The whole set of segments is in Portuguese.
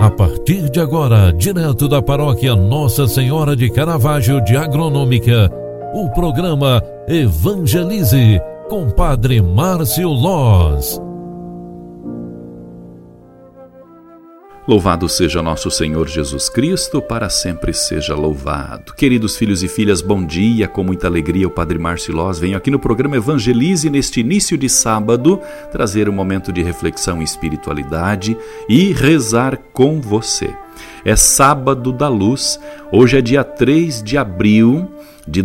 A partir de agora, direto da paróquia Nossa Senhora de Caravaggio de Agronômica, o programa Evangelize com Padre Márcio Loz. Louvado seja nosso Senhor Jesus Cristo, para sempre seja louvado. Queridos filhos e filhas, bom dia, com muita alegria o Padre Márcio Loz venho aqui no programa Evangelize, neste início de sábado, trazer um momento de reflexão e espiritualidade e rezar com você. É sábado da luz, hoje é dia 3 de abril de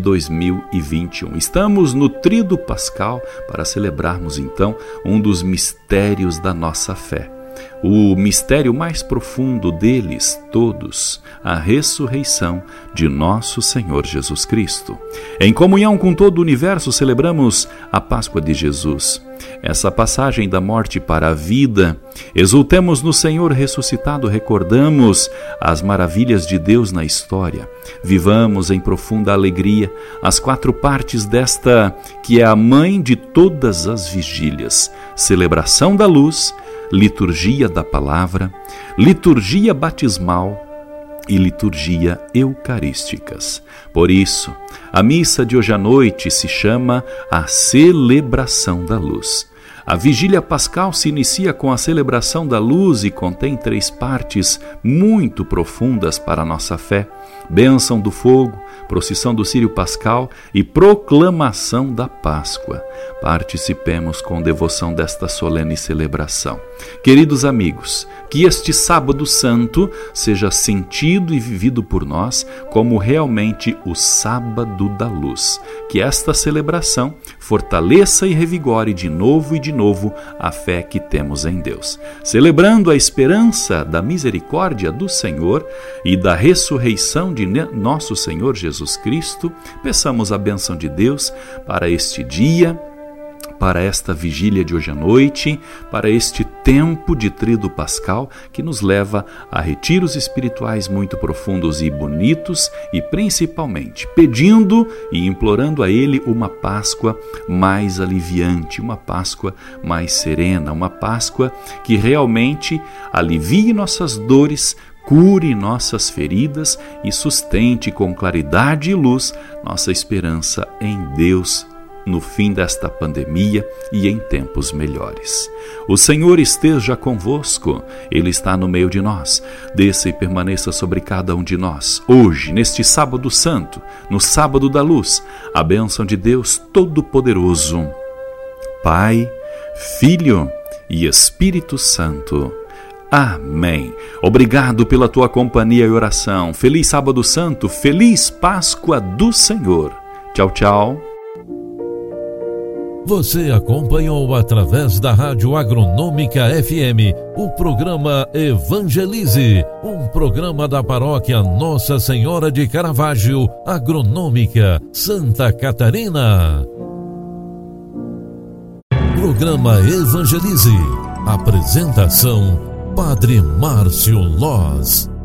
2021. Estamos no Tríduo Pascal para celebrarmos então um dos mistérios da nossa fé. O mistério mais profundo deles todos, a ressurreição de nosso Senhor Jesus Cristo. Em comunhão com todo o universo, celebramos a Páscoa de Jesus. Essa passagem da morte para a vida, exultemos no Senhor ressuscitado, recordamos as maravilhas de Deus na história. Vivamos em profunda alegria as 4 partes desta que é a mãe de todas as vigílias: celebração da luz, liturgia da palavra, liturgia batismal e liturgia eucarísticas. Por isso, a missa de hoje à noite se chama a celebração da luz. A vigília pascal se inicia com a celebração da luz e contém 3 partes muito profundas para a nossa fé: bênção do fogo, procissão do Círio Pascal e proclamação da Páscoa. Participemos com devoção desta solene celebração. Queridos amigos, que este sábado santo seja sentido e vivido por nós como realmente o sábado da luz. Que esta celebração fortaleça e revigore de novo a fé que temos em Deus. Celebrando a esperança da misericórdia do Senhor e da ressurreição de nosso Senhor Jesus Cristo, peçamos a bênção de Deus para este dia, para esta vigília de hoje à noite, para este tempo de Tríduo Pascal que nos leva a retiros espirituais muito profundos e bonitos, e principalmente pedindo e implorando a Ele uma Páscoa mais aliviante, uma Páscoa mais serena, uma Páscoa que realmente alivie nossas dores, cure nossas feridas e sustente com claridade e luz nossa esperança em Deus no fim desta pandemia e em tempos melhores. O Senhor esteja convosco, Ele está no meio de nós. Desça e permaneça sobre cada um de nós. Hoje, neste sábado santo, no sábado da luz, a bênção de Deus Todo-Poderoso, Pai, Filho e Espírito Santo. Amém. Obrigado pela tua companhia e oração. Feliz sábado santo, feliz Páscoa do Senhor. Tchau, tchau. Você acompanhou através da Rádio Agronômica FM o programa Evangelize, um programa da paróquia Nossa Senhora de Caravaggio, Agronômica, Santa Catarina. Programa Evangelize. Apresentação: Padre Márcio Loz.